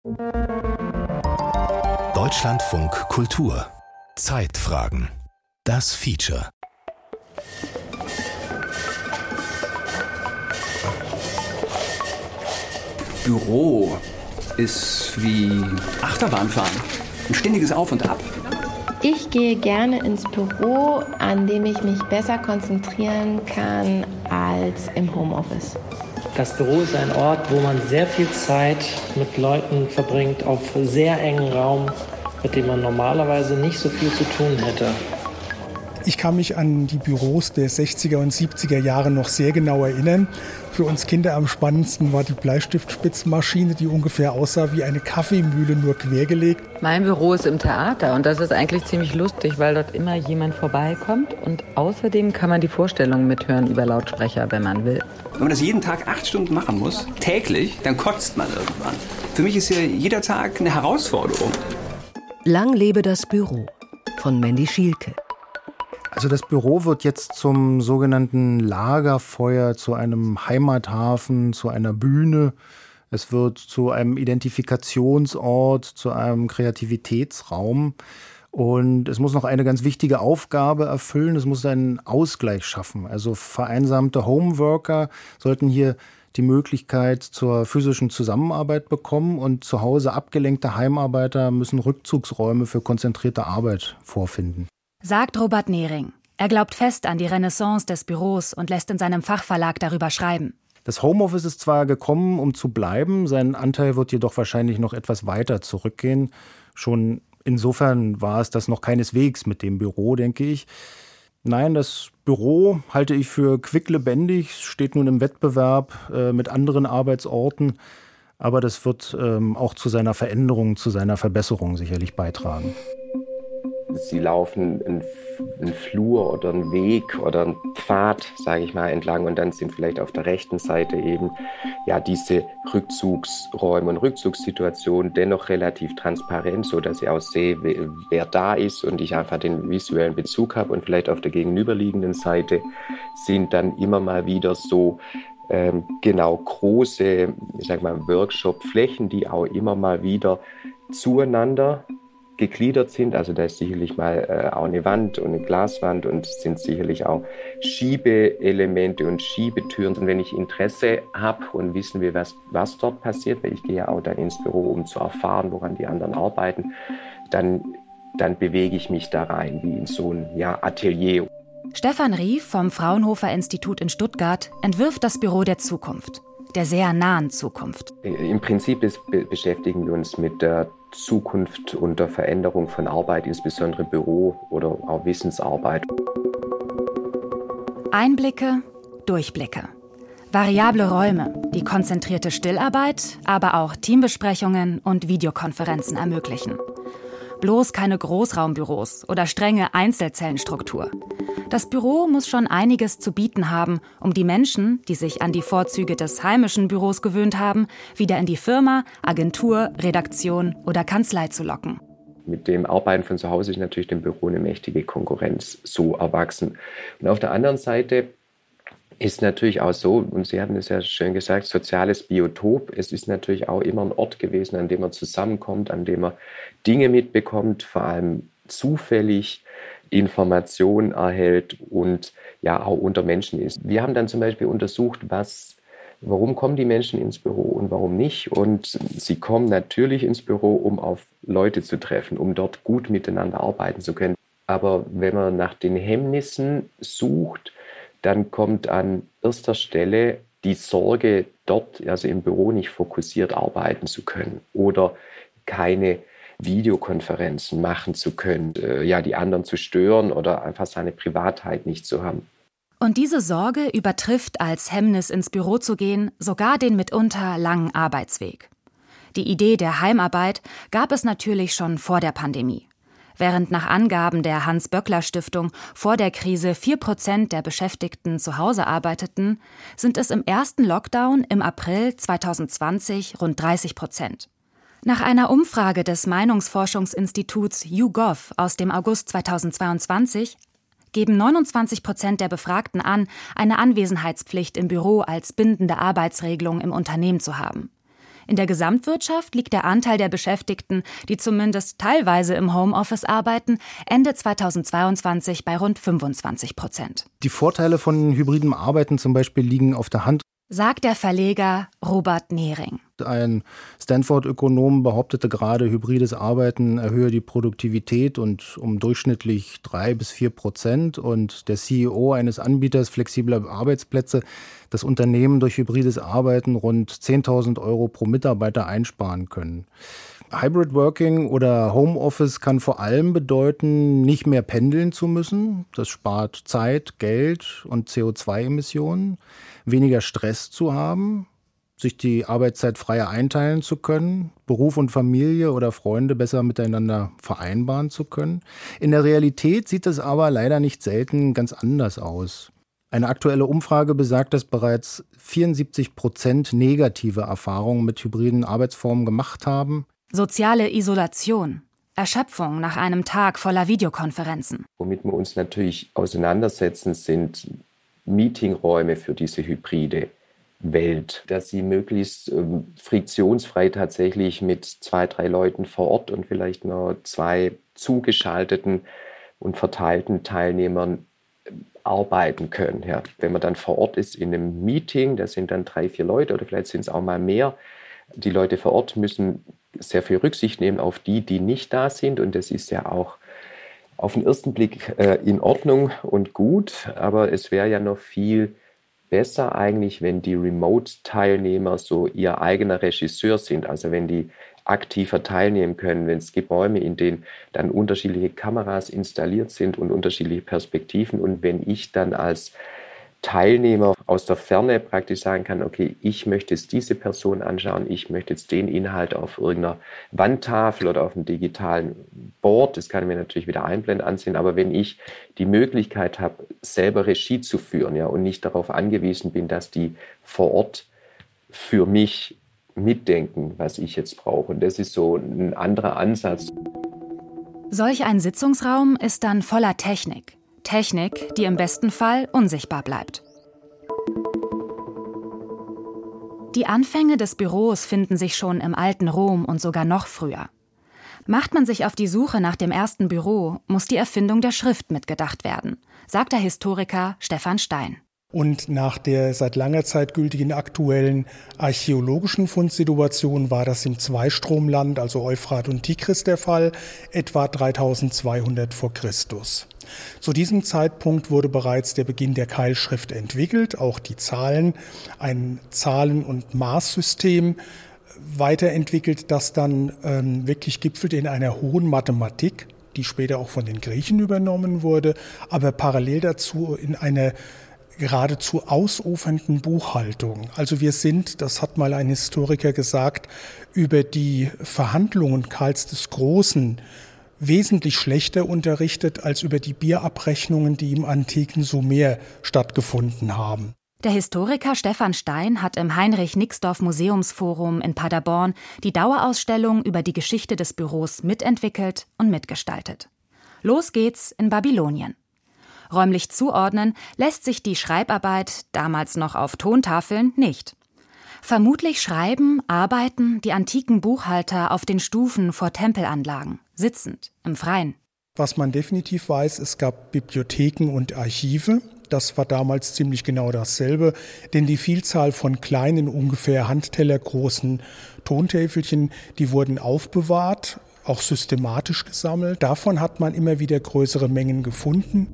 Deutschlandfunk Kultur. Zeitfragen. Das Feature. Büro ist wie Achterbahnfahren. Ein ständiges Auf und Ab. Ich gehe gerne ins Büro, an dem ich mich besser konzentrieren kann als im Homeoffice. Das Büro ist ein Ort, wo man sehr viel Zeit mit Leuten verbringt, auf sehr engen Raum, mit dem man normalerweise nicht so viel zu tun hätte. Ich kann mich an die Büros der 60er und 70er Jahre noch sehr genau erinnern. Für uns Kinder am spannendsten war die Bleistiftspitzmaschine, die ungefähr aussah wie eine Kaffeemühle, nur quergelegt. Mein Büro ist im Theater und das ist eigentlich ziemlich lustig, weil dort immer jemand vorbeikommt und außerdem kann man die Vorstellungen mithören über Lautsprecher, wenn man will. Wenn man das jeden Tag 8 Stunden machen muss, täglich, dann kotzt man irgendwann. Für mich ist ja jeder Tag eine Herausforderung. Lang lebe das Büro von Mandy Schielke. Also das Büro wird jetzt zum sogenannten Lagerfeuer, zu einem Heimathafen, zu einer Bühne. Es wird zu einem Identifikationsort, zu einem Kreativitätsraum. Und es muss noch eine ganz wichtige Aufgabe erfüllen. Es muss einen Ausgleich schaffen. Also vereinsamte Homeworker sollten hier die Möglichkeit zur physischen Zusammenarbeit bekommen und zu Hause abgelenkte Heimarbeiter müssen Rückzugsräume für konzentrierte Arbeit vorfinden. Sagt Robert Nehring. Er glaubt fest an die Renaissance des Büros und lässt in seinem Fachverlag darüber schreiben. Das Homeoffice ist zwar gekommen, um zu bleiben, sein Anteil wird jedoch wahrscheinlich noch etwas weiter zurückgehen. Schon insofern war es das noch keineswegs mit dem Büro, denke ich. Nein, das Büro halte ich für quicklebendig, steht nun im Wettbewerb mit anderen Arbeitsorten. Aber das wird auch zu seiner Veränderung, zu seiner Verbesserung sicherlich beitragen. Sie laufen einen Flur oder einen Weg oder einen Pfad, sage ich mal, entlang und dann sind vielleicht auf der rechten Seite eben ja diese Rückzugsräume und Rückzugssituationen dennoch relativ transparent, so dass ich auch sehe, wer da ist und ich einfach den visuellen Bezug habe. Und vielleicht auf der gegenüberliegenden Seite sind dann immer mal wieder so große, ich sag mal, Workshop-Flächen, die auch immer mal wieder zueinander gegliedert sind. Also da ist sicherlich mal auch eine Wand und eine Glaswand und es sind sicherlich auch Schiebeelemente und Schiebetüren. Und wenn ich Interesse habe und wissen will, was dort passiert, weil ich gehe ja auch dann ins Büro, um zu erfahren, woran die anderen arbeiten, dann bewege ich mich da rein, wie in so ein Atelier. Stefan Rief vom Fraunhofer Institut in Stuttgart entwirft das Büro der Zukunft, der sehr nahen Zukunft. Im Prinzip beschäftigen wir uns mit der Zukunft und der Veränderung von Arbeit, insbesondere Büro- oder auch Wissensarbeit. Einblicke, Durchblicke. Variable Räume, die konzentrierte Stillarbeit, aber auch Teambesprechungen und Videokonferenzen ermöglichen. Bloß keine Großraumbüros oder strenge Einzelzellenstruktur. Das Büro muss schon einiges zu bieten haben, um die Menschen, die sich an die Vorzüge des heimischen Büros gewöhnt haben, wieder in die Firma, Agentur, Redaktion oder Kanzlei zu locken. Mit dem Arbeiten von zu Hause ist natürlich dem Büro eine mächtige Konkurrenz so erwachsen. Und auf der anderen Seite ist natürlich auch so, und Sie hatten es ja schön gesagt, soziales Biotop. Es ist natürlich auch immer ein Ort gewesen, an dem man zusammenkommt, an dem man Dinge mitbekommt, vor allem zufällig Informationen erhält und ja auch unter Menschen ist. Wir haben dann zum Beispiel untersucht, warum kommen die Menschen ins Büro und warum nicht. Und sie kommen natürlich ins Büro, um auf Leute zu treffen, um dort gut miteinander arbeiten zu können. Aber wenn man nach den Hemmnissen sucht, dann kommt an erster Stelle die Sorge, dort, also im Büro, nicht fokussiert arbeiten zu können oder keine Videokonferenzen machen zu können, die anderen zu stören oder einfach seine Privatheit nicht zu haben. Und diese Sorge übertrifft als Hemmnis, ins Büro zu gehen, sogar den mitunter langen Arbeitsweg. Die Idee der Heimarbeit gab es natürlich schon vor der Pandemie. Während nach Angaben der Hans-Böckler-Stiftung vor der Krise 4% der Beschäftigten zu Hause arbeiteten, sind es im ersten Lockdown im April 2020 rund 30%. Nach einer Umfrage des Meinungsforschungsinstituts YouGov aus dem August 2022 geben 29% der Befragten an, eine Anwesenheitspflicht im Büro als bindende Arbeitsregelung im Unternehmen zu haben. In der Gesamtwirtschaft liegt der Anteil der Beschäftigten, die zumindest teilweise im Homeoffice arbeiten, Ende 2022 bei rund 25%. Die Vorteile von hybridem Arbeiten zum Beispiel liegen auf der Hand, sagt der Verleger Robert Nehring. Ein Stanford-Ökonom behauptete gerade, hybrides Arbeiten erhöhe die Produktivität um durchschnittlich 3-4%. Und der CEO eines Anbieters flexibler Arbeitsplätze, das Unternehmen durch hybrides Arbeiten rund 10.000 € pro Mitarbeiter einsparen können. Hybrid Working oder Homeoffice kann vor allem bedeuten, nicht mehr pendeln zu müssen. Das spart Zeit, Geld und CO2-Emissionen. Weniger Stress zu haben, sich die Arbeitszeit freier einteilen zu können, Beruf und Familie oder Freunde besser miteinander vereinbaren zu können. In der Realität sieht es aber leider nicht selten ganz anders aus. Eine aktuelle Umfrage besagt, dass bereits 74% negative Erfahrungen mit hybriden Arbeitsformen gemacht haben. Soziale Isolation, Erschöpfung nach einem Tag voller Videokonferenzen. Womit wir uns natürlich auseinandersetzen, sind Meetingräume für diese hybride Welt, dass sie möglichst friktionsfrei tatsächlich mit 2-3 Leuten vor Ort und vielleicht noch 2 zugeschalteten und verteilten Teilnehmern arbeiten können. Ja. Wenn man dann vor Ort ist in einem Meeting, da sind dann 3-4 Leute oder vielleicht sind es auch mal mehr. Die Leute vor Ort müssen sehr viel Rücksicht nehmen auf die, die nicht da sind, und das ist ja auch auf den ersten Blick in Ordnung und gut, aber es wäre ja noch viel besser eigentlich, wenn die Remote-Teilnehmer so ihr eigener Regisseur sind, also wenn die aktiver teilnehmen können, wenn es gibt Räume, in denen dann unterschiedliche Kameras installiert sind und unterschiedliche Perspektiven, und wenn ich dann als Teilnehmer aus der Ferne praktisch sagen kann, okay, ich möchte jetzt diese Person anschauen, ich möchte jetzt den Inhalt auf irgendeiner Wandtafel oder auf einem digitalen Board, das kann ich mir natürlich wieder einblenden, ansehen, aber wenn ich die Möglichkeit habe, selber Regie zu führen, ja, und nicht darauf angewiesen bin, dass die vor Ort für mich mitdenken, was ich jetzt brauche, und das ist so ein anderer Ansatz. Solch ein Sitzungsraum ist dann voller Technik. Technik, die im besten Fall unsichtbar bleibt. Die Anfänge des Büros finden sich schon im alten Rom und sogar noch früher. Macht man sich auf die Suche nach dem ersten Büro, muss die Erfindung der Schrift mitgedacht werden, sagt der Historiker Stefan Stein. Und nach der seit langer Zeit gültigen aktuellen archäologischen Fundsituation war das im Zweistromland, also Euphrat und Tigris, der Fall, etwa 3200 vor Christus. Zu diesem Zeitpunkt wurde bereits der Beginn der Keilschrift entwickelt, auch die Zahlen, ein Zahlen- und Maßsystem weiterentwickelt, das dann wirklich gipfelte in einer hohen Mathematik, die später auch von den Griechen übernommen wurde, aber parallel dazu in einer geradezu ausufernden Buchhaltung. Also wir sind, das hat mal ein Historiker gesagt, über die Verhandlungen Karls des Großen wesentlich schlechter unterrichtet als über die Bierabrechnungen, die im antiken Sumer stattgefunden haben. Der Historiker Stefan Stein hat im Heinrich-Nixdorf-Museumsforum in Paderborn die Dauerausstellung über die Geschichte des Büros mitentwickelt und mitgestaltet. Los geht's in Babylonien. Räumlich zuordnen lässt sich die Schreibarbeit, damals noch auf Tontafeln, nicht. Vermutlich schreiben, arbeiten die antiken Buchhalter auf den Stufen vor Tempelanlagen, sitzend, im Freien. Was man definitiv weiß, es gab Bibliotheken und Archive. Das war damals ziemlich genau dasselbe, denn die Vielzahl von kleinen, ungefähr handtellergroßen Tontäfelchen, die wurden aufbewahrt, auch systematisch gesammelt. Davon hat man immer wieder größere Mengen gefunden.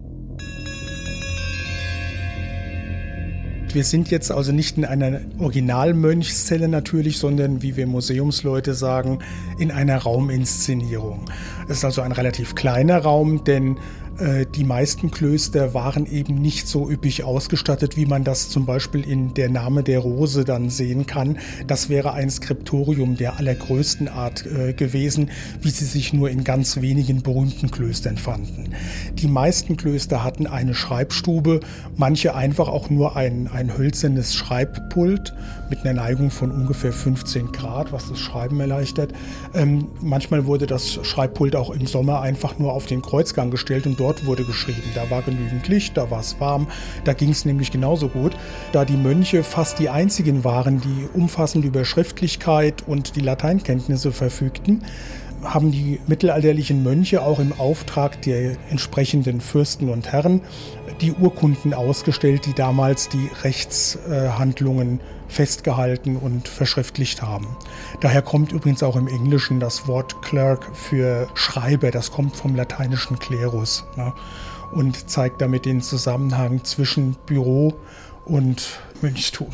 Wir sind jetzt also nicht in einer Originalmönchszelle natürlich, sondern, wie wir Museumsleute sagen, in einer Rauminszenierung. Es ist also ein relativ kleiner Raum, denn die meisten Klöster waren eben nicht so üppig ausgestattet, wie man das zum Beispiel in Der Name der Rose dann sehen kann. Das wäre ein Skriptorium der allergrößten Art gewesen, wie sie sich nur in ganz wenigen berühmten Klöstern fanden. Die meisten Klöster hatten eine Schreibstube, manche einfach auch nur ein hölzernes Schreibpult mit einer Neigung von ungefähr 15 Grad, was das Schreiben erleichtert. Manchmal wurde das Schreibpult auch im Sommer einfach nur auf den Kreuzgang gestellt und dort wurde geschrieben. Da war genügend Licht, da war es warm, da ging es nämlich genauso gut. Da die Mönche fast die einzigen waren, die umfassend über Schriftlichkeit und die Lateinkenntnisse verfügten, haben die mittelalterlichen Mönche auch im Auftrag der entsprechenden Fürsten und Herren die Urkunden ausgestellt, die damals die Rechtshandlungen festgehalten und verschriftlicht haben. Daher kommt übrigens auch im Englischen das Wort Clerk für Schreiber, das kommt vom lateinischen Klerus, ne, und zeigt damit den Zusammenhang zwischen Büro und Mönchtum.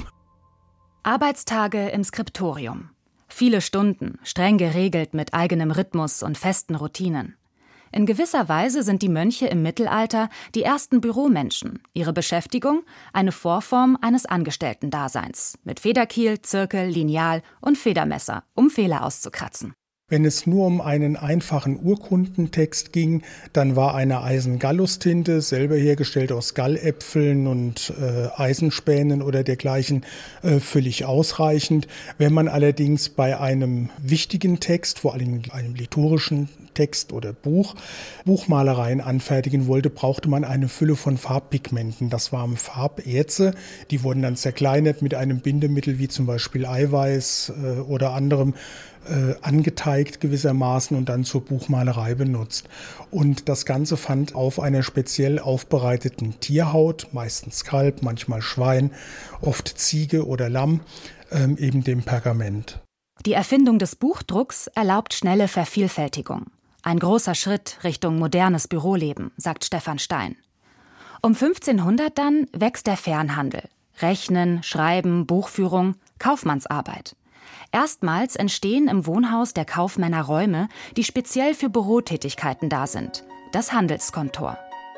Arbeitstage im Skriptorium. Viele Stunden, streng geregelt mit eigenem Rhythmus und festen Routinen. In gewisser Weise sind die Mönche im Mittelalter die ersten Büromenschen. Ihre Beschäftigung eine Vorform eines Angestellten-Daseins. Mit Federkiel, Zirkel, Lineal und Federmesser, um Fehler auszukratzen. Wenn es nur um einen einfachen Urkundentext ging, dann war eine Eisengallustinte, selber hergestellt aus Galläpfeln und Eisenspänen oder dergleichen, völlig ausreichend. Wenn man allerdings bei einem wichtigen Text, vor allem einem liturgischen Text oder Buchmalereien anfertigen wollte, brauchte man eine Fülle von Farbpigmenten. Das waren Farberze, die wurden dann zerkleinert mit einem Bindemittel wie zum Beispiel Eiweiß oder anderem angeteigt gewissermaßen und dann zur Buchmalerei benutzt. Und das Ganze fand auf einer speziell aufbereiteten Tierhaut, meistens Kalb, manchmal Schwein, oft Ziege oder Lamm, eben dem Pergament. Die Erfindung des Buchdrucks erlaubt schnelle Vervielfältigung. Ein großer Schritt Richtung modernes Büroleben, sagt Stefan Stein. Um 1500 dann wächst der Fernhandel. Rechnen, Schreiben, Buchführung, Kaufmannsarbeit. Erstmals entstehen im Wohnhaus der Kaufmänner Räume, die speziell für Bürotätigkeiten da sind. Das Handelskontor.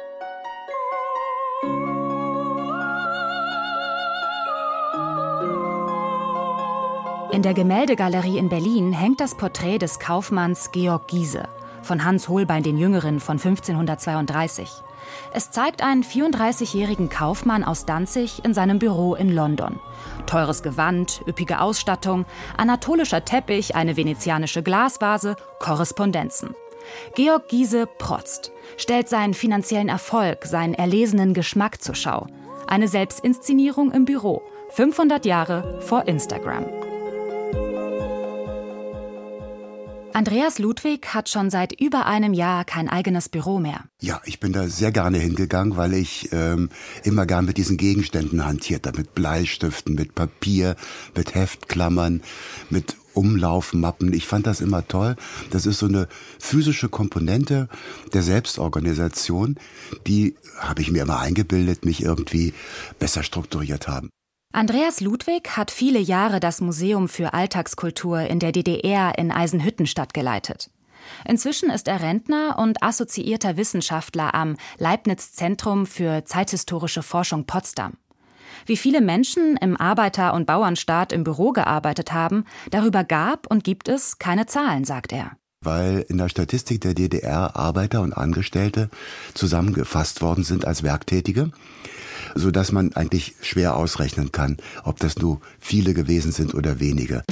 In der Gemäldegalerie in Berlin hängt das Porträt des Kaufmanns Georg Giese von Hans Holbein den Jüngeren von 1532. Es zeigt einen 34-jährigen Kaufmann aus Danzig in seinem Büro in London. Teures Gewand, üppige Ausstattung, anatolischer Teppich, eine venezianische Glasvase, Korrespondenzen. Georg Giese protzt, stellt seinen finanziellen Erfolg, seinen erlesenen Geschmack zur Schau. Eine Selbstinszenierung im Büro, 500 Jahre vor Instagram. Andreas Ludwig hat schon seit über einem Jahr kein eigenes Büro mehr. Ja, ich bin da sehr gerne hingegangen, weil ich immer gern mit diesen Gegenständen hantiert habe. Mit Bleistiften, mit Papier, mit Heftklammern, mit Umlaufmappen. Ich fand das immer toll. Das ist so eine physische Komponente der Selbstorganisation, die, habe ich mir immer eingebildet, mich irgendwie besser strukturiert haben. Andreas Ludwig hat viele Jahre das Museum für Alltagskultur in der DDR in Eisenhüttenstadt geleitet. Inzwischen ist er Rentner und assoziierter Wissenschaftler am Leibniz-Zentrum für zeithistorische Forschung Potsdam. Wie viele Menschen im Arbeiter- und Bauernstaat im Büro gearbeitet haben, darüber gab und gibt es keine Zahlen, sagt er. Weil in der Statistik der DDR Arbeiter und Angestellte zusammengefasst worden sind als Werktätige, sodass man eigentlich schwer ausrechnen kann, ob das nur viele gewesen sind oder wenige.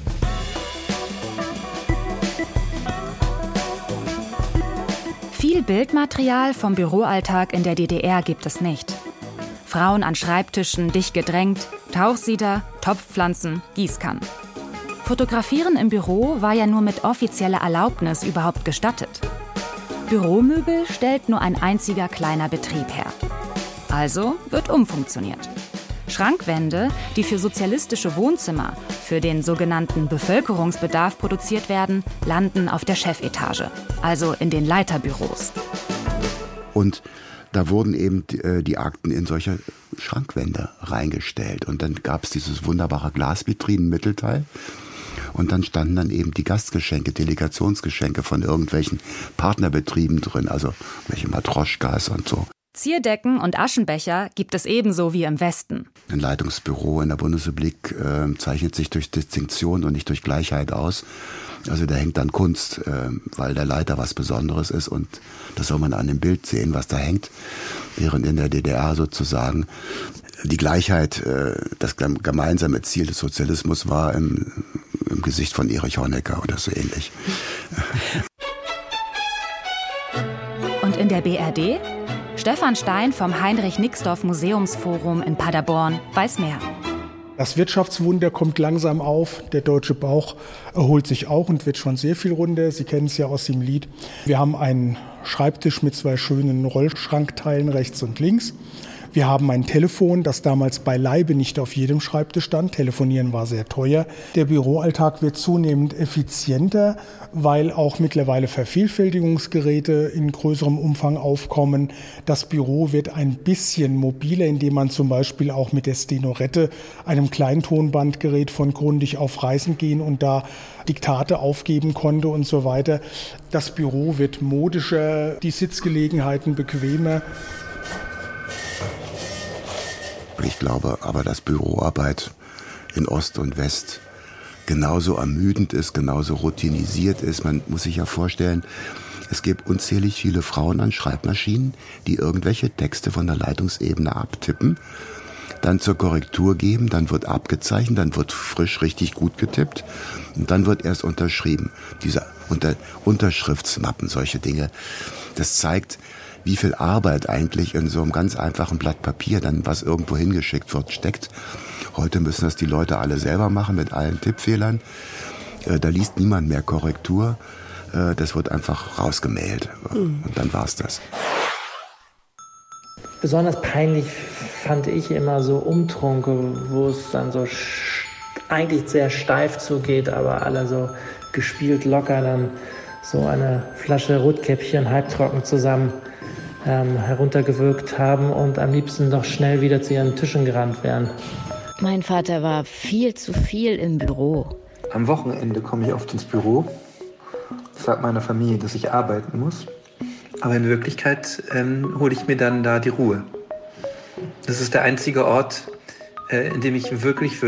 Viel Bildmaterial vom Büroalltag in der DDR gibt es nicht. Frauen an Schreibtischen, dicht gedrängt, Tauchsieder, Topfpflanzen, Gießkannen. Fotografieren im Büro war ja nur mit offizieller Erlaubnis überhaupt gestattet. Büromöbel stellt nur ein einziger kleiner Betrieb her. Also wird umfunktioniert. Schrankwände, die für sozialistische Wohnzimmer, für den sogenannten Bevölkerungsbedarf produziert werden, landen auf der Chefetage, also in den Leiterbüros. Und da wurden eben die Akten in solche Schrankwände reingestellt. Und dann gab es dieses wunderbare Glasvitrinen im Mittelteil. Und dann standen dann eben die Gastgeschenke, Delegationsgeschenke von irgendwelchen Partnerbetrieben drin, also welche Matroschkas und so. Zierdecken und Aschenbecher gibt es ebenso wie im Westen. Ein Leitungsbüro in der Bundesrepublik zeichnet sich durch Distinktion und nicht durch Gleichheit aus. Also da hängt dann Kunst, weil der Leiter was Besonderes ist und das soll man an dem Bild sehen, was da hängt. Während in der DDR sozusagen die Gleichheit, das gemeinsame Ziel des Sozialismus war im Gesicht von Erich Honecker oder so ähnlich. Und in der BRD? Stefan Stein vom Heinrich-Nixdorf-Museumsforum in Paderborn weiß mehr. Das Wirtschaftswunder kommt langsam auf. Der deutsche Bauch erholt sich auch und wird schon sehr viel runder. Sie kennen es ja aus dem Lied. Wir haben einen Schreibtisch mit 2 schönen Rollschrankteilen rechts und links. Wir haben ein Telefon, das damals beileibe nicht auf jedem Schreibtisch stand. Telefonieren war sehr teuer. Der Büroalltag wird zunehmend effizienter, weil auch mittlerweile Vervielfältigungsgeräte in größerem Umfang aufkommen. Das Büro wird ein bisschen mobiler, indem man zum Beispiel auch mit der Stenorette, einem Kleintonbandgerät von Grundig, auf Reisen gehen und da Diktate aufgeben konnte und so weiter. Das Büro wird modischer, die Sitzgelegenheiten bequemer. Ich glaube aber, dass Büroarbeit in Ost und West genauso ermüdend ist, genauso routinisiert ist. Man muss sich ja vorstellen, es gibt unzählig viele Frauen an Schreibmaschinen, die irgendwelche Texte von der Leitungsebene abtippen, dann zur Korrektur geben, dann wird abgezeichnet, dann wird frisch richtig gut getippt und dann wird erst unterschrieben. Diese Unterschriftsmappen, solche Dinge, das zeigt, wie viel Arbeit eigentlich in so einem ganz einfachen Blatt Papier, dann was irgendwo hingeschickt wird, steckt. Heute müssen das die Leute alle selber machen mit allen Tippfehlern. Da liest niemand mehr Korrektur. Das wird einfach rausgemailt. Und dann war's das. Besonders peinlich fand ich immer so Umtrunke, wo es dann so eigentlich sehr steif zugeht, aber alle so gespielt locker dann so eine Flasche Rotkäppchen halbtrocken zusammen heruntergewürgt haben und am liebsten doch schnell wieder zu ihren Tischen gerannt wären. Mein Vater war viel zu viel im Büro. Am Wochenende komme ich oft ins Büro, sage meiner Familie, dass ich arbeiten muss. Aber in Wirklichkeit hole ich mir dann da die Ruhe. Das ist der einzige Ort, in dem ich wirklich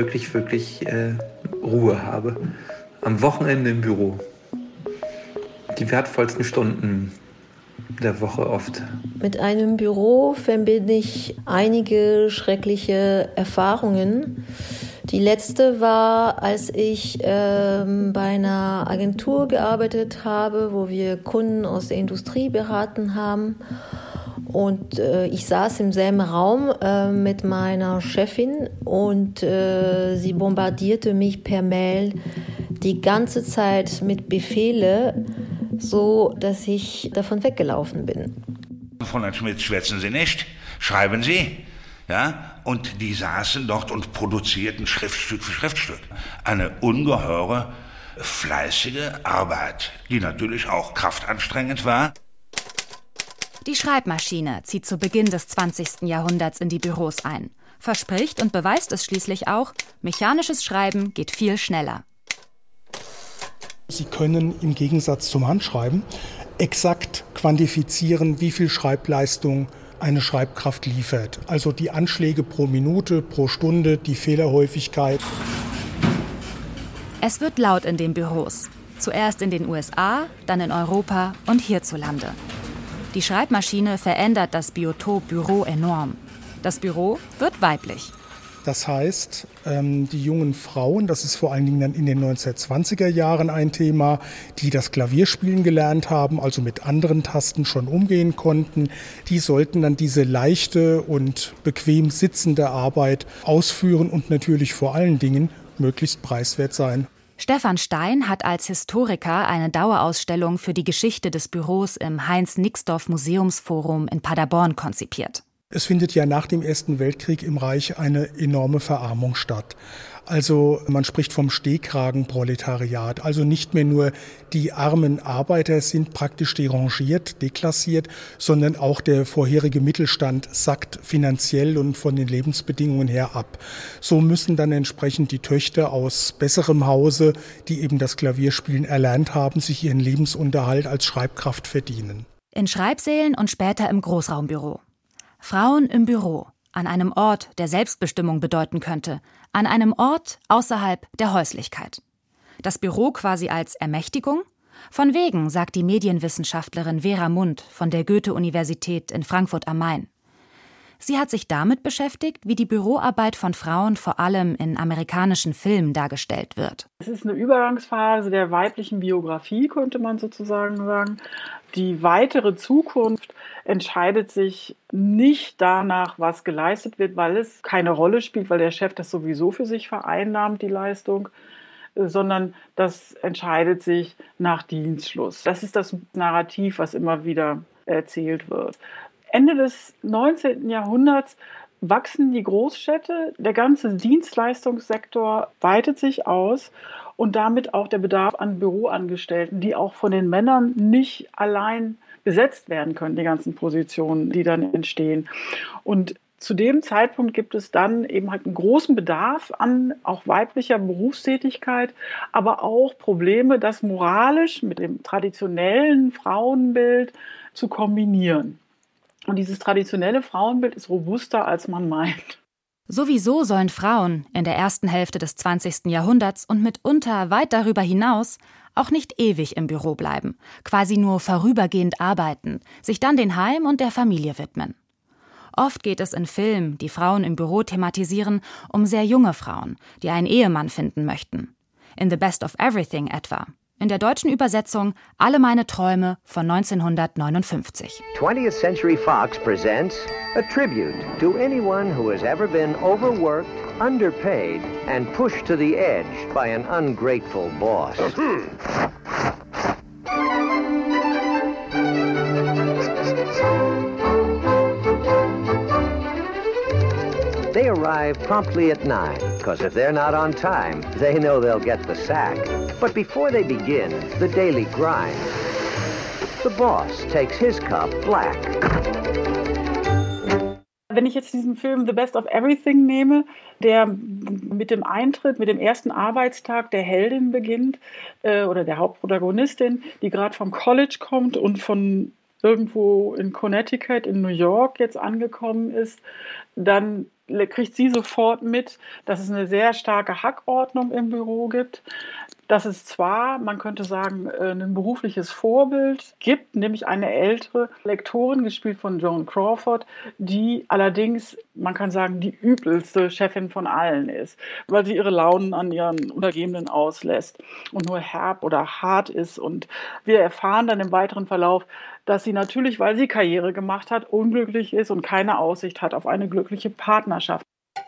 Ruhe habe. Am Wochenende im Büro. Die wertvollsten Stunden der Woche oft. Mit einem Büro verbinde ich einige schreckliche Erfahrungen. Die letzte war, als ich bei einer Agentur gearbeitet habe, wo wir Kunden aus der Industrie beraten haben. Und ich saß im selben Raum mit meiner Chefin und sie bombardierte mich per Mail die ganze Zeit mit Befehle, so dass ich davon weggelaufen bin. Fräulein Schmidt, schwätzen Sie nicht, schreiben Sie. Ja? Und die saßen dort und produzierten Schriftstück für Schriftstück. Eine ungeheure, fleißige Arbeit, die natürlich auch kraftanstrengend war. Die Schreibmaschine zieht zu Beginn des 20. Jahrhunderts in die Büros ein. Verspricht und beweist es schließlich auch, mechanisches Schreiben geht viel schneller. Sie können im Gegensatz zum Handschreiben exakt quantifizieren, wie viel Schreibleistung eine Schreibkraft liefert. Also die Anschläge pro Minute, pro Stunde, die Fehlerhäufigkeit. Es wird laut in den Büros. Zuerst in den USA, dann in Europa und hierzulande. Die Schreibmaschine verändert das Biotop Büro enorm. Das Büro wird weiblich. Das heißt, die jungen Frauen, das ist vor allen Dingen dann in den 1920er Jahren ein Thema, die das Klavierspielen gelernt haben, also mit anderen Tasten schon umgehen konnten, die sollten dann diese leichte und bequem sitzende Arbeit ausführen und natürlich vor allen Dingen möglichst preiswert sein. Stefan Stein hat als Historiker eine Dauerausstellung für die Geschichte des Büros im Heinz-Nixdorf-Museumsforum in Paderborn konzipiert. Es findet ja nach dem Ersten Weltkrieg im Reich eine enorme Verarmung statt. Also man spricht vom Stehkragenproletariat. Also nicht mehr nur die armen Arbeiter sind praktisch derangiert, deklassiert, sondern auch der vorherige Mittelstand sackt finanziell und von den Lebensbedingungen her ab. So müssen dann entsprechend die Töchter aus besserem Hause, die eben das Klavierspielen erlernt haben, sich ihren Lebensunterhalt als Schreibkraft verdienen. In Schreibsälen und später im Großraumbüro. Frauen im Büro, an einem Ort, der Selbstbestimmung bedeuten könnte, an einem Ort außerhalb der Häuslichkeit. Das Büro quasi als Ermächtigung? Von wegen, sagt die Medienwissenschaftlerin Vera Mund von der Goethe-Universität in Frankfurt am Main. Sie hat sich damit beschäftigt, wie die Büroarbeit von Frauen vor allem in amerikanischen Filmen dargestellt wird. Es ist eine Übergangsphase der weiblichen Biografie, könnte man sozusagen sagen. Die weitere Zukunft entscheidet sich nicht danach, was geleistet wird, weil es keine Rolle spielt, weil der Chef das sowieso für sich vereinnahmt, die Leistung, sondern das entscheidet sich nach Dienstschluss. Das ist das Narrativ, was immer wieder erzählt wird. Ende des 19. Jahrhunderts wachsen die Großstädte, der ganze Dienstleistungssektor weitet sich aus und damit auch der Bedarf an Büroangestellten, die auch von den Männern nicht allein besetzt werden können, die ganzen Positionen, die dann entstehen. Und zu dem Zeitpunkt gibt es dann eben halt einen großen Bedarf an auch weiblicher Berufstätigkeit, aber auch Probleme, das moralisch mit dem traditionellen Frauenbild zu kombinieren. Und dieses traditionelle Frauenbild ist robuster, als man meint. Sowieso sollen Frauen in der ersten Hälfte des 20. Jahrhunderts und mitunter weit darüber hinaus auch nicht ewig im Büro bleiben, quasi nur vorübergehend arbeiten, sich dann den Heim und der Familie widmen. Oft geht es in Filmen, die Frauen im Büro thematisieren, um sehr junge Frauen, die einen Ehemann finden möchten. In The Best of Everything etwa. In der deutschen Übersetzung Alle meine Träume von 1959. 20th Century Fox presents a tribute to anyone who has ever been overworked, underpaid and pushed to the edge by an ungrateful boss. They arrive promptly at 9, because if they're not on time, they know they'll get the sack. But before they begin the daily grind, the boss takes his cup black. Wenn ich jetzt diesen Film The Best of Everything nehme, der mit dem Eintritt, mit dem ersten Arbeitstag der Heldin beginnt, oder der Hauptprotagonistin, die gerade vom College kommt und von irgendwo in Connecticut, in New York jetzt angekommen ist, dann kriegt sie sofort mit, dass es eine sehr starke Hackordnung im Büro gibt, dass es zwar, man könnte sagen, ein berufliches Vorbild gibt, nämlich eine ältere Lektorin, gespielt von Joan Crawford, die allerdings, man kann sagen, die übelste Chefin von allen ist, weil sie ihre Launen an ihren Untergebenen auslässt und nur herb oder hart ist. Und wir erfahren dann im weiteren Verlauf, dass sie natürlich, weil sie Karriere gemacht hat, unglücklich ist und keine Aussicht hat auf eine glückliche Partnerschaft.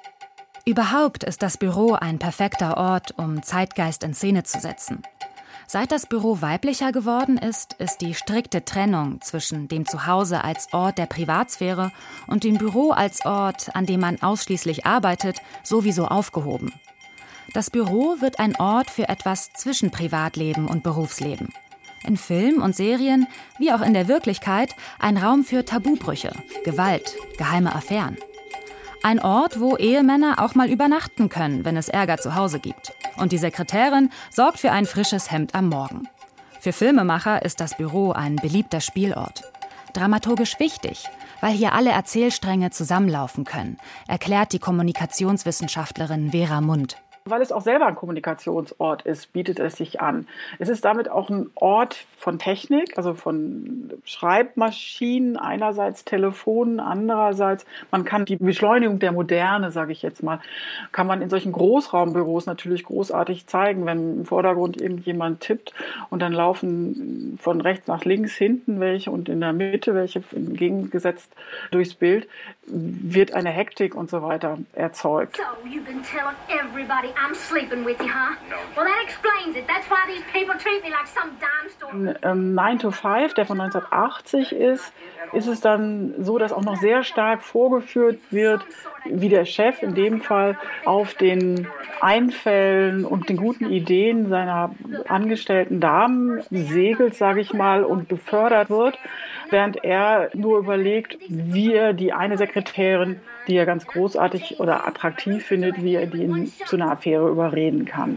Überhaupt ist das Büro ein perfekter Ort, um Zeitgeist in Szene zu setzen. Seit das Büro weiblicher geworden ist, ist die strikte Trennung zwischen dem Zuhause als Ort der Privatsphäre und dem Büro als Ort, an dem man ausschließlich arbeitet, sowieso aufgehoben. Das Büro wird ein Ort für etwas zwischen Privatleben und Berufsleben. In Film und Serien, wie auch in der Wirklichkeit, ein Raum für Tabubrüche, Gewalt, geheime Affären. Ein Ort, wo Ehemänner auch mal übernachten können, wenn es Ärger zu Hause gibt. Und die Sekretärin sorgt für ein frisches Hemd am Morgen. Für Filmemacher ist das Büro ein beliebter Spielort. Dramaturgisch wichtig, weil hier alle Erzählstränge zusammenlaufen können, erklärt die Kommunikationswissenschaftlerin Vera Mund. Weil es auch selber ein Kommunikationsort ist, bietet es sich an. Es ist damit auch ein Ort von Technik, also von Schreibmaschinen, einerseits Telefonen, andererseits, man kann die Beschleunigung der Moderne, sage ich jetzt mal, kann man in solchen Großraumbüros natürlich großartig zeigen, wenn im Vordergrund irgendjemand tippt und dann laufen von rechts nach links hinten welche und in der Mitte welche entgegengesetzt durchs Bild, wird eine Hektik und so weiter erzeugt. So, you've been telling everybody I'm sleeping with you, huh? No. Well, that explains it. That's why these people treat me like some dime store. 9 to 5, der von 1980 ist es dann so, dass auch noch sehr stark vorgeführt wird, wie der Chef in dem Fall auf den Einfällen und den guten Ideen seiner angestellten Damen segelt, sage ich mal, und befördert wird, während er nur überlegt, wie er die eine Sekretärin, die er ganz großartig oder attraktiv findet, wie er die zu einer Affäre überreden kann.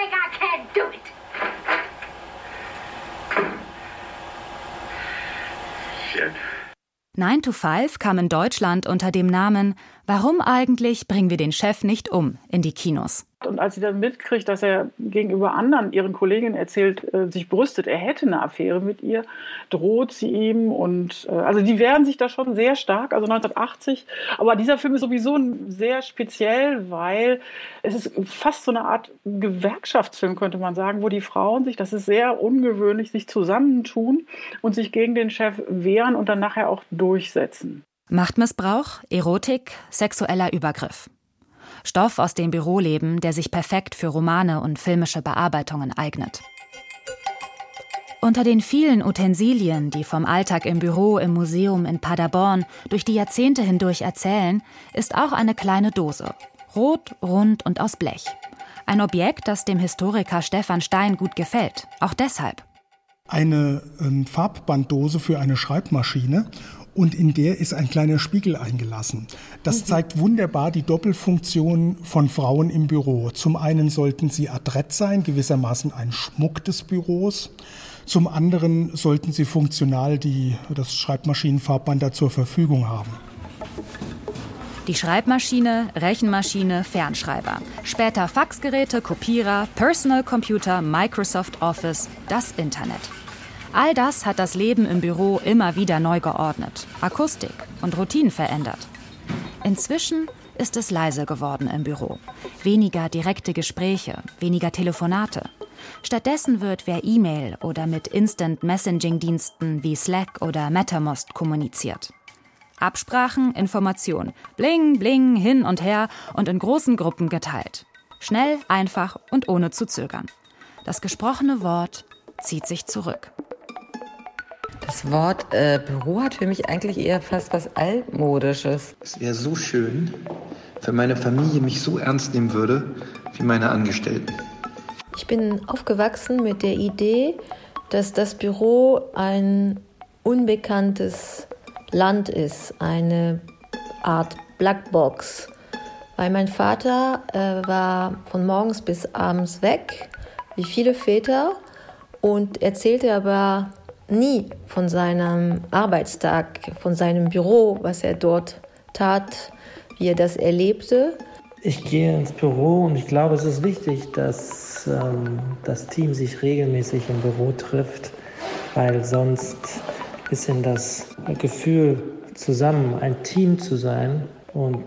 9 to 5 kam in Deutschland unter dem Namen »Warum eigentlich bringen wir den Chef nicht um« in die Kinos. Und als sie dann mitkriegt, dass er gegenüber anderen, ihren Kolleginnen erzählt, sich brüstet, er hätte eine Affäre mit ihr, droht sie ihm. Und also die wehren sich da schon sehr stark, also 1980. Aber dieser Film ist sowieso sehr speziell, weil es ist fast so eine Art Gewerkschaftsfilm, könnte man sagen, wo die Frauen sich, das ist sehr ungewöhnlich, sich zusammentun und sich gegen den Chef wehren und dann nachher auch durchsetzen. Machtmissbrauch, Erotik, sexueller Übergriff. Stoff aus dem Büroleben, der sich perfekt für Romane und filmische Bearbeitungen eignet. Unter den vielen Utensilien, die vom Alltag im Büro im Museum in Paderborn durch die Jahrzehnte hindurch erzählen, ist auch eine kleine Dose. Rot, rund und aus Blech. Ein Objekt, das dem Historiker Stefan Stein gut gefällt. Auch deshalb. Eine Farbbandose für eine Schreibmaschine. Und in der ist ein kleiner Spiegel eingelassen. Das zeigt wunderbar die Doppelfunktion von Frauen im Büro. Zum einen sollten sie adrett sein, gewissermaßen ein Schmuck des Büros. Zum anderen sollten sie funktional das Schreibmaschinenfarbband da zur Verfügung haben. Die Schreibmaschine, Rechenmaschine, Fernschreiber. Später Faxgeräte, Kopierer, Personal Computer, Microsoft Office, das Internet. All das hat das Leben im Büro immer wieder neu geordnet, Akustik und Routinen verändert. Inzwischen ist es leise geworden im Büro. Weniger direkte Gespräche, weniger Telefonate. Stattdessen wird via E-Mail oder mit Instant-Messaging-Diensten wie Slack oder MetaMost kommuniziert. Absprachen, Information, bling, bling, hin und her und in großen Gruppen geteilt. Schnell, einfach und ohne zu zögern. Das gesprochene Wort zieht sich zurück. Das Wort Büro hat für mich eigentlich eher fast was Altmodisches. Es wäre so schön, wenn meine Familie mich so ernst nehmen würde wie meine Angestellten. Ich bin aufgewachsen mit der Idee, dass das Büro ein unbekanntes Land ist, eine Art Blackbox. Weil mein Vater war von morgens bis abends weg, wie viele Väter, und erzählte aber nie von seinem Arbeitstag, von seinem Büro, was er dort tat, wie er das erlebte. Ich gehe ins Büro und ich glaube, es ist wichtig, dass das Team sich regelmäßig im Büro trifft, weil sonst ein bisschen das Gefühl, zusammen ein Team zu sein und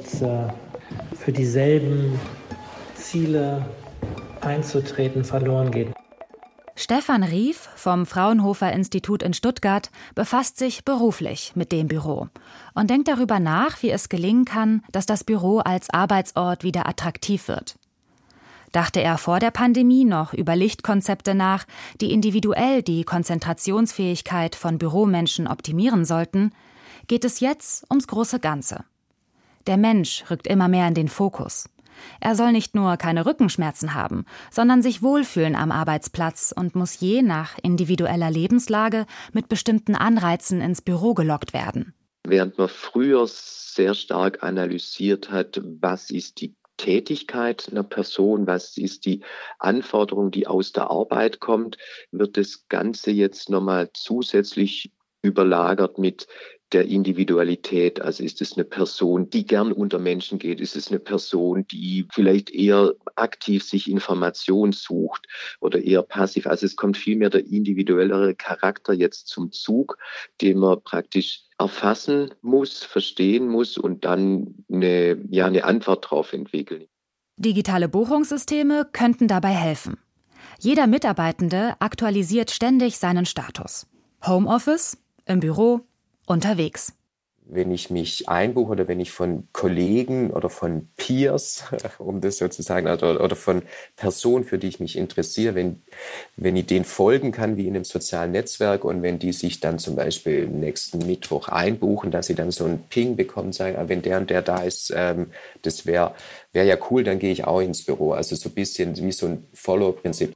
für dieselben Ziele einzutreten, verloren geht. Stefan Rief vom Fraunhofer Institut in Stuttgart befasst sich beruflich mit dem Büro und denkt darüber nach, wie es gelingen kann, dass das Büro als Arbeitsort wieder attraktiv wird. Dachte er vor der Pandemie noch über Lichtkonzepte nach, die individuell die Konzentrationsfähigkeit von Büromenschen optimieren sollten, geht es jetzt ums große Ganze. Der Mensch rückt immer mehr in den Fokus. Er soll nicht nur keine Rückenschmerzen haben, sondern sich wohlfühlen am Arbeitsplatz und muss je nach individueller Lebenslage mit bestimmten Anreizen ins Büro gelockt werden. Während man früher sehr stark analysiert hat, was ist die Tätigkeit einer Person, was ist die Anforderung, die aus der Arbeit kommt, wird das Ganze jetzt nochmal zusätzlich überlagert mit der Individualität. Also ist es eine Person, die gern unter Menschen geht? Ist es eine Person, die vielleicht eher aktiv sich Information sucht oder eher passiv? Also es kommt vielmehr der individuellere Charakter jetzt zum Zug, den man praktisch erfassen muss, verstehen muss und dann eine Antwort darauf entwickeln. Digitale Buchungssysteme könnten dabei helfen. Jeder Mitarbeitende aktualisiert ständig seinen Status. Homeoffice, im Büro, unterwegs. Wenn ich mich einbuche oder wenn ich von Kollegen oder von Peers, um das sozusagen, oder von Personen, für die ich mich interessiere, wenn ich denen folgen kann, wie in einem sozialen Netzwerk, und wenn die sich dann zum Beispiel nächsten Mittwoch einbuchen, dass sie dann so einen Ping bekommen, sagen, wenn der und der da ist, das wäre ja cool, dann gehe ich auch ins Büro. Also so ein bisschen wie so ein Follow-Prinzip.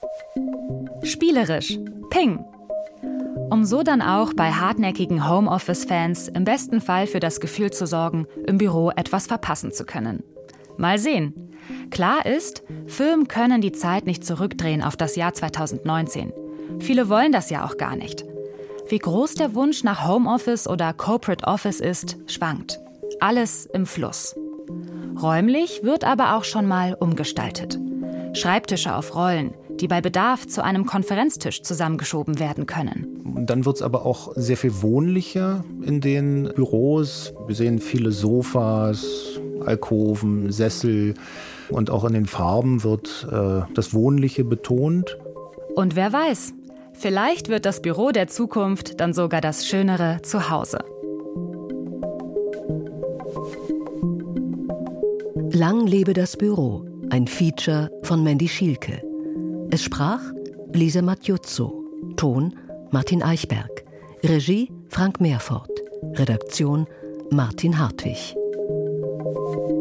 Spielerisch. Ping. Um so dann auch bei hartnäckigen Homeoffice-Fans im besten Fall für das Gefühl zu sorgen, im Büro etwas verpassen zu können. Mal sehen. Klar ist, Firmen können die Zeit nicht zurückdrehen auf das Jahr 2019. Viele wollen das ja auch gar nicht. Wie groß der Wunsch nach Homeoffice oder Corporate Office ist, schwankt. Alles im Fluss. Räumlich wird aber auch schon mal umgestaltet. Schreibtische auf Rollen, die bei Bedarf zu einem Konferenztisch zusammengeschoben werden können. Und dann wird es aber auch sehr viel wohnlicher in den Büros. Wir sehen viele Sofas, Alkoven, Sessel und auch in den Farben wird das Wohnliche betont. Und wer weiß, vielleicht wird das Büro der Zukunft dann sogar das schönere Zuhause. Lang lebe das Büro, ein Feature von Mandy Schielke. Es sprach Lisa Mattiuzzo, Ton Martin Eichberg, Regie Frank Meerfort, Redaktion Martin Hartwig.